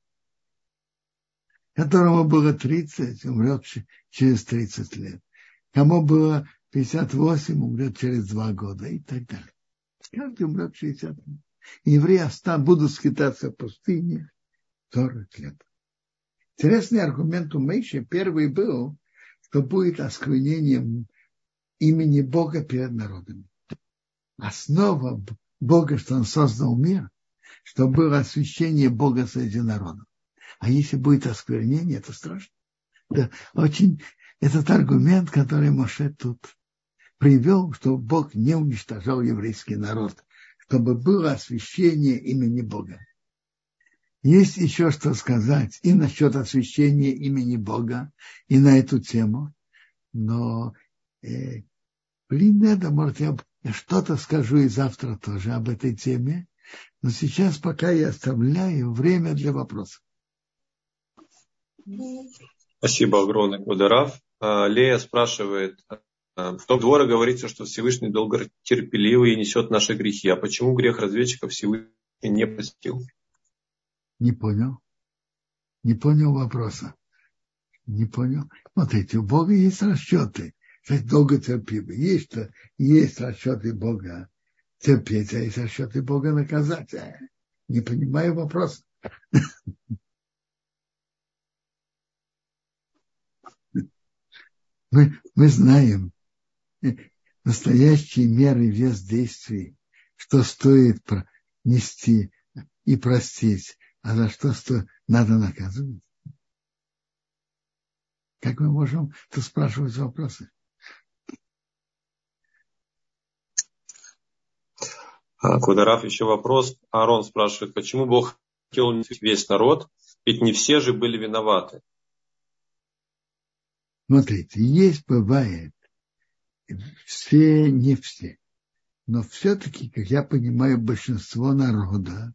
Которому было 30, умрет через 30 лет. Кому было 58, умрет через 2 года и так далее. Каждый умрет в 60 лет. Евреи будут скитаться в пустыне 40 лет. Интересный аргумент у Моше первый был, что будет осквернением имени Бога перед народами. Основа Бога, что Он создал мир, что было освящение Бога среди народов. А если будет осквернение, это страшно. Да, очень этот аргумент, который Моше тут привел, что Бог не уничтожал еврейский народ, чтобы было освящение имени Бога. Есть еще что сказать и насчет освящения имени Бога, и на эту тему, но может, я что-то скажу и завтра тоже об этой теме, но сейчас пока я оставляю время для вопросов. Спасибо огромное, Квадарав. Лея спрашивает, в том Двора говорится, что Всевышний долготерпеливый и несет наши грехи. А почему грех разведчиков Всевышний не простил? Не понял. Не понял вопроса. Не понял. Смотрите, у Бога есть расчеты. Кстати, долготерпеливый. Есть расчеты Бога терпеть, а есть расчеты Бога наказать. Не понимаю вопроса. Мы знаем, настоящие меры, вес действий, что стоит нести и простить, а за что надо наказывать. Как мы можем тут спрашивать вопросы? Квадарав, еще вопрос. Аарон спрашивает, почему Бог хотел весь народ, ведь не все же были виноваты. Смотрите, бывает, все, не все. Но все-таки, как я понимаю, большинство народа,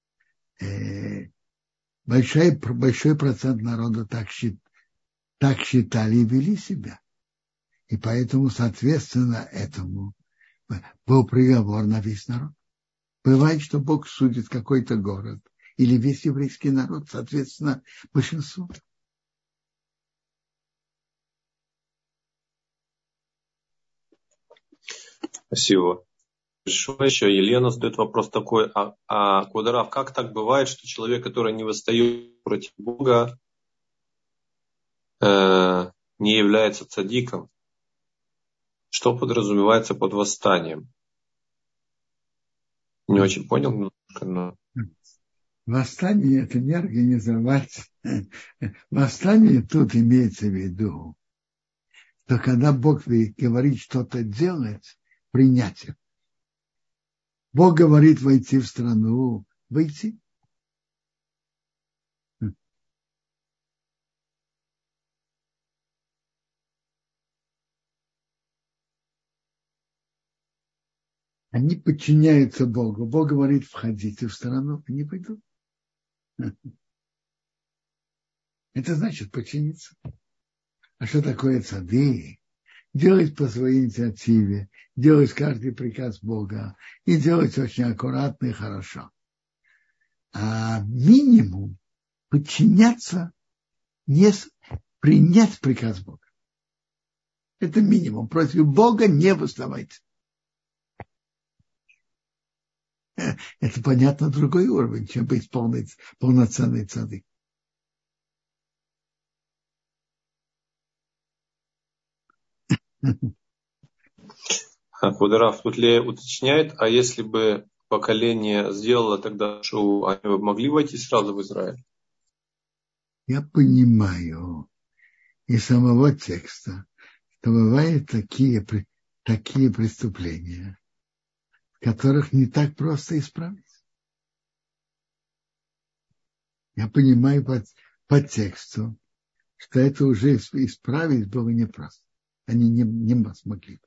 большой процент народа так считали и вели себя. И поэтому, соответственно, этому был приговор на весь народ. Бывает, что Бог судит какой-то город или весь еврейский народ, соответственно, большинство. Спасибо. Еще Елена задает вопрос такой. Квадарав, как так бывает, что человек, который не восстает против Бога, не является цадиком? Что подразумевается под восстанием? Не очень понял немножко, но... Восстание – это не организовать. Восстание тут имеется в виду, что когда Бог говорит что-то делать, принять это. Бог говорит войти в страну, войти. Они подчиняются Богу. Бог говорит, входите в страну, они пойдут. Это значит подчиниться. А что такое цады? Делать по своей инициативе, делать каждый приказ Бога и делать очень аккуратно и хорошо. А минимум подчиняться, не принять приказ Бога. Это минимум. Против Бога не восставайте. Это, понятно, другой уровень, чем быть полноценной цадык. Квадарав тут Лея уточняет, а если бы поколение сделало тогда шоу, они бы могли войти сразу в Израиль? Я понимаю из самого текста, что бывают такие преступления, которых не так просто исправить. Я понимаю по тексту, что это уже исправить было непросто. Они не смогли.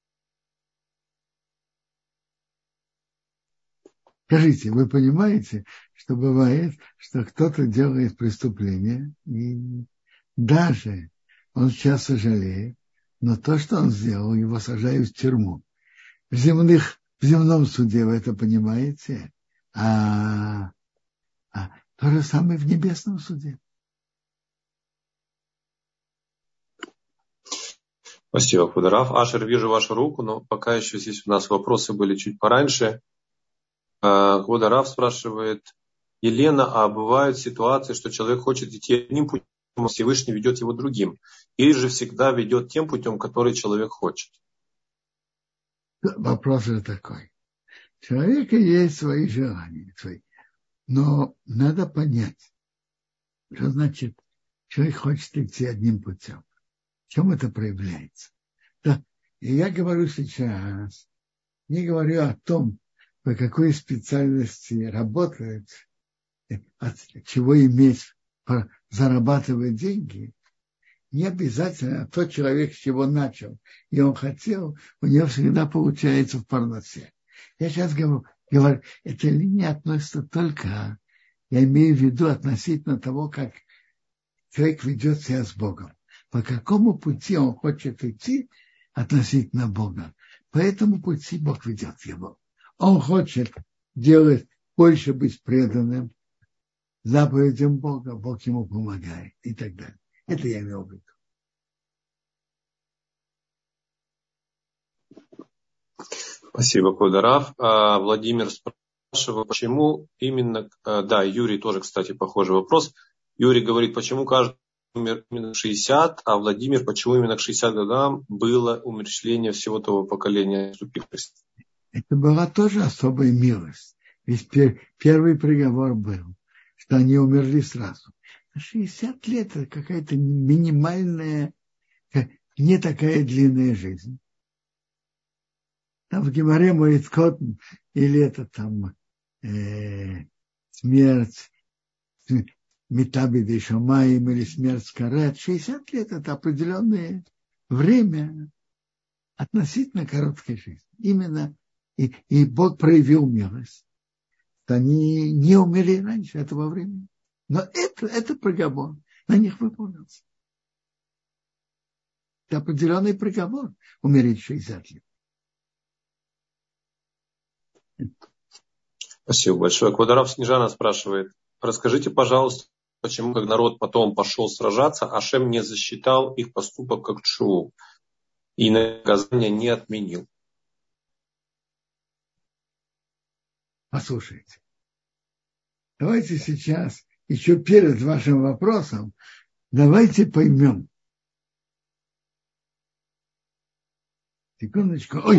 Скажите, вы понимаете, что бывает, что кто-то делает преступление, и даже он сейчас сожалеет, но то, что он сделал, его сажают в тюрьму. В земном суде вы это понимаете, а то же самое в небесном суде. Спасибо, Квадарав. Ашер, вижу вашу руку, но пока еще здесь у нас вопросы были чуть пораньше. Квадарав спрашивает, Елена, а бывают ситуации, что человек хочет идти одним путем, а Всевышний ведет его другим? Или же всегда ведет тем путем, который человек хочет? Вопрос же такой. У человека есть свои желания, но надо понять, что значит, человек хочет идти одним путем. В чем это проявляется? Да. И я говорю сейчас, не говорю о том, по какой специальности работает, от чего иметь, зарабатывать деньги. Не обязательно тот человек, с чего начал, и он хотел, у него всегда получается в парносе. Я сейчас говорю, эта линия относится только, я имею в виду относительно того, как человек ведет себя с Богом. По какому пути он хочет идти относительно Бога. По этому пути Бог ведет его. Он хочет делать, больше быть преданным заповедям Бога, Бог ему помогает и так далее. Это я имел в виду. Спасибо, Квадарав. Владимир спрашивает, почему именно... Да, Юрий тоже, кстати, похожий вопрос. Юрий говорит, почему каждый умер именно в 60, а Владимир, почему именно к 60 годам было умерщвление всего того поколения отступившихся? Это была тоже особая милость. Ведь первый приговор был, что они умерли сразу. 60 лет – это какая-то минимальная, не такая длинная жизнь. Там в Гемаре моет кот, или это там смерть Метабиды Шамаим или смерть Скарет. 60 лет – это определенное время относительно короткой жизни. Именно и Бог проявил милость. Они не умерли раньше этого времени. Но это приговор на них выполнился. Это определенный приговор умереть в 60 лет. Спасибо большое. Квадарав Снежана спрашивает: расскажите, пожалуйста, почему, когда народ потом пошел сражаться, Ашем не засчитал их поступок как тшуву и наказание не отменил? Послушайте. Давайте сейчас, еще перед вашим вопросом, давайте поймем. Секундочку. Ой.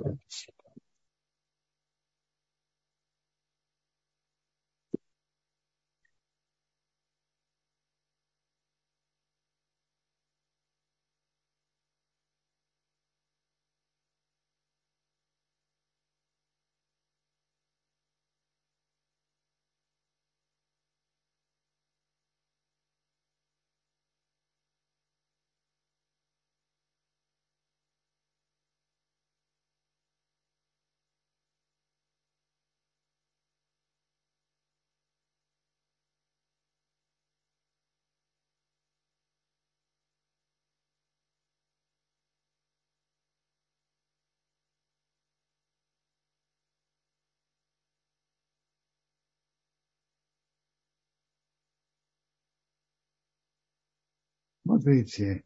Смотрите.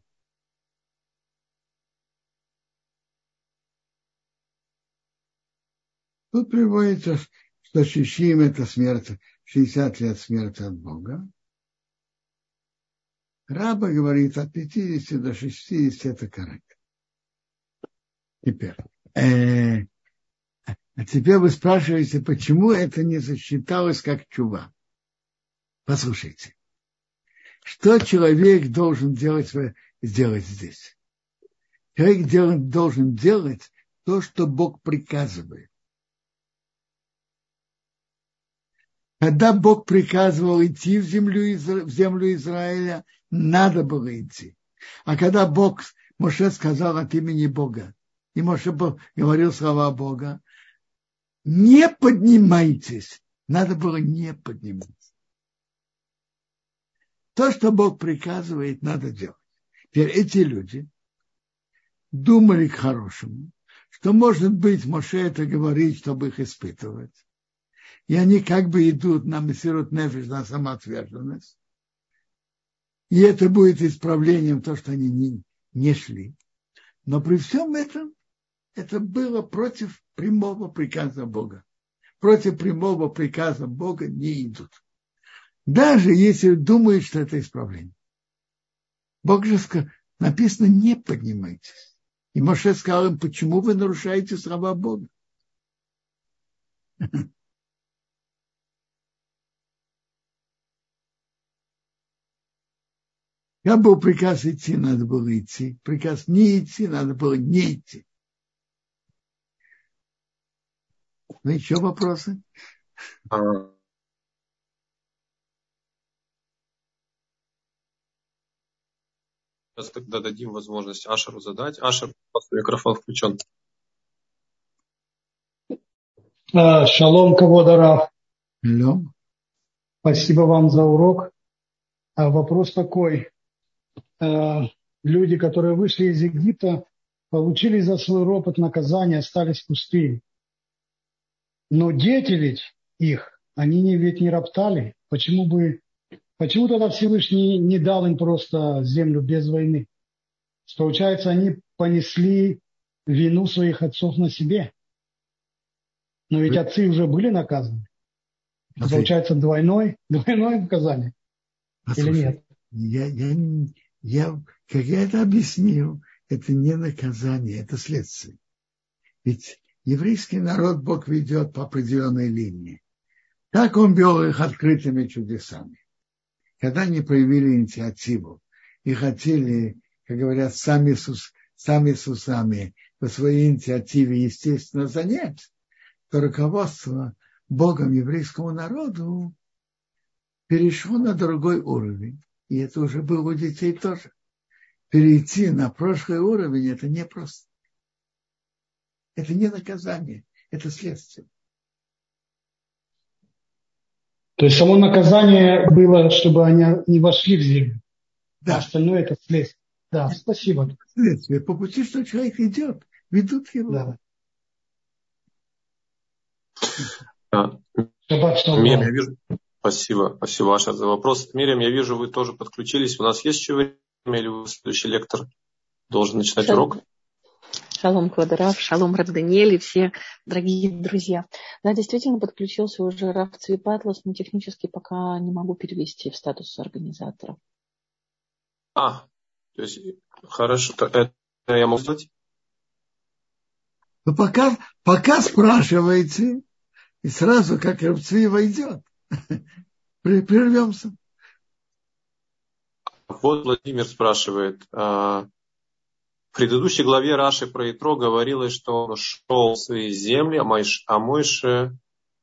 Тут приводится, что Шишим – это смерть, 60 лет смерти от Бога. Раба говорит, от 50 до 60 это корректно. Теперь. А теперь вы спрашиваете, почему это не засчиталось как чува? Послушайте. Что человек должен сделать здесь? Человек должен делать то, что Бог приказывает. Когда Бог приказывал идти в землю Израиля, надо было идти. А когда Моше сказал от имени Бога, и Моше говорил слова Бога, не поднимайтесь, надо было не подниматься. То, что Бог приказывает, надо делать. Теперь эти люди думали к хорошему, что, может быть, Моше это говорит, чтобы их испытывать. И они как бы идут на мессирут нефеш, на самоотверженность. И это будет исправлением то, что они не шли. Но при всем этом это было против прямого приказа Бога. Против прямого приказа Бога не идут. Даже если думают, что это исправление. Бог же написано, не поднимайтесь. И Моше сказал им, почему вы нарушаете слова Бога? Как был приказ идти, надо было идти. Приказ не идти, надо было не идти. Ну, еще вопросы? Сейчас тогда дадим возможность Ашеру задать. Ашер, микрофон включен. Шалом, Каводарав. Шалом. Спасибо вам за урок. Вопрос такой. Люди, которые вышли из Египта, получили за свой ропот наказание, остались в пустыне. Но дети ведь их, они ведь не роптали. Почему тогда Всевышний не дал им просто землю без войны? Получается, они понесли вину своих отцов на себе. Но ведь отцы уже были наказаны. Получается, двойное наказание. Или нет? Как я это объяснил, это не наказание, это следствие. Ведь еврейский народ Бог ведет по определенной линии. Так он вел их открытыми чудесами. Когда они проявили инициативу и хотели, как говорят, сами с усами по своей инициативе, естественно, занять, то руководство Богом еврейскому народу перешло на другой уровень. И это уже было у детей тоже. Перейти на прошлый уровень – это непросто. Это не наказание, это следствие. То есть само наказание было, чтобы они не вошли в землю. Да. А остальное это следствие. Да, спасибо. Следствие. По пути, что человек идет, ведут его. Да. Шаббат шалом. Мирим, я вижу. Спасибо, Аша, за вопрос. Мирим, я вижу, вы тоже подключились. У нас есть еще время, или вы следующий лектор должен начинать урок? Шалом, Квадарав, шалом, Рав Даниэль и все дорогие друзья. Да, действительно, подключился уже Рав Цвипатлас, но технически пока не могу перевести в статус организатора. То есть, хорошо, это я могу сделать? Ну, пока спрашиваете, и сразу, как Рав Цви войдет, прервемся. Вот Владимир спрашивает. В предыдущей главе Раши про Итро говорилось, что он ушел в свои земли, а Мойше...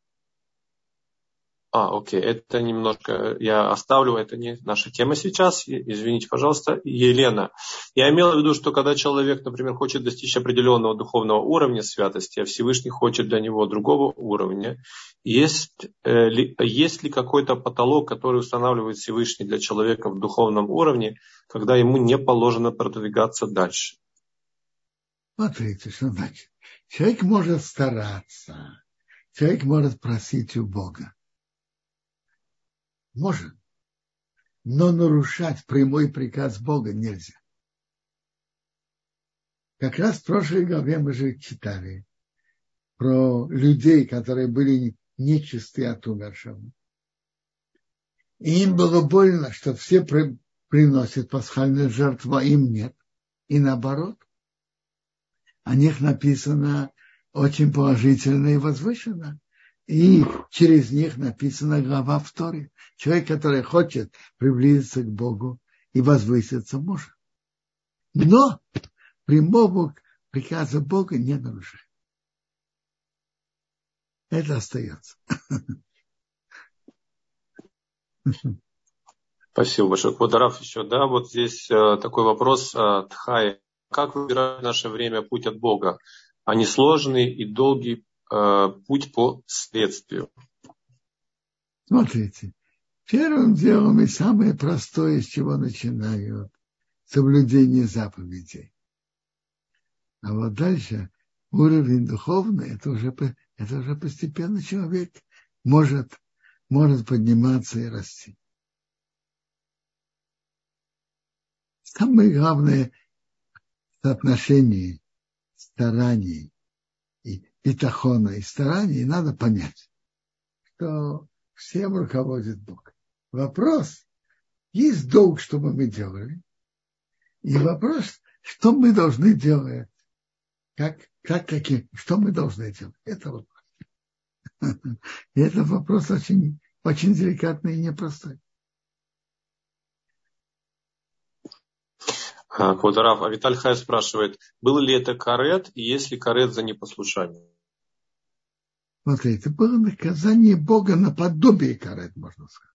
Окей, это немножко я оставлю, это не наша тема сейчас, извините, пожалуйста. Елена, я имела в виду, что когда человек, например, хочет достичь определенного духовного уровня святости, а Всевышний хочет для него другого уровня, есть ли какой-то потолок, который устанавливает Всевышний для человека в духовном уровне, когда ему не положено продвигаться дальше? Смотрите, что значит. Человек может стараться, человек может просить у Бога. Может, но нарушать прямой приказ Бога нельзя. Как раз в прошлой главе мы же читали про людей, которые были нечисты от умершего. И им было больно, что все приносят пасхальную жертву, а им нет. И наоборот, о них написано очень положительно и возвышенно. И через них написана глава в Торе. Человек, который хочет приблизиться к Богу и возвыситься, может. Но прямого приказа Бога не нарушает. Это остается. Спасибо большое. Квадарав еще, да, вот здесь такой вопрос от Хая. Как выбирать в наше время путь от Бога? А не сложный и долгий путь по следствию? Смотрите, первым делом и самое простое, с чего начинают, соблюдение заповедей. А вот дальше уровень духовный, это уже постепенно человек может подниматься и расти. Самое главное соотношение стараний и битахона и стараний надо понять, что всем руководит Бог. Вопрос, есть долг, чтобы мы делали, и вопрос, что мы должны делать, что мы должны делать. Это вопрос. И это вопрос очень, очень деликатный и непростой. Квадарав, а Виталь Хай спрашивает, был ли это карет, и есть ли карет за непослушание? Смотрите, это было наказание Бога наподобие карет, можно сказать.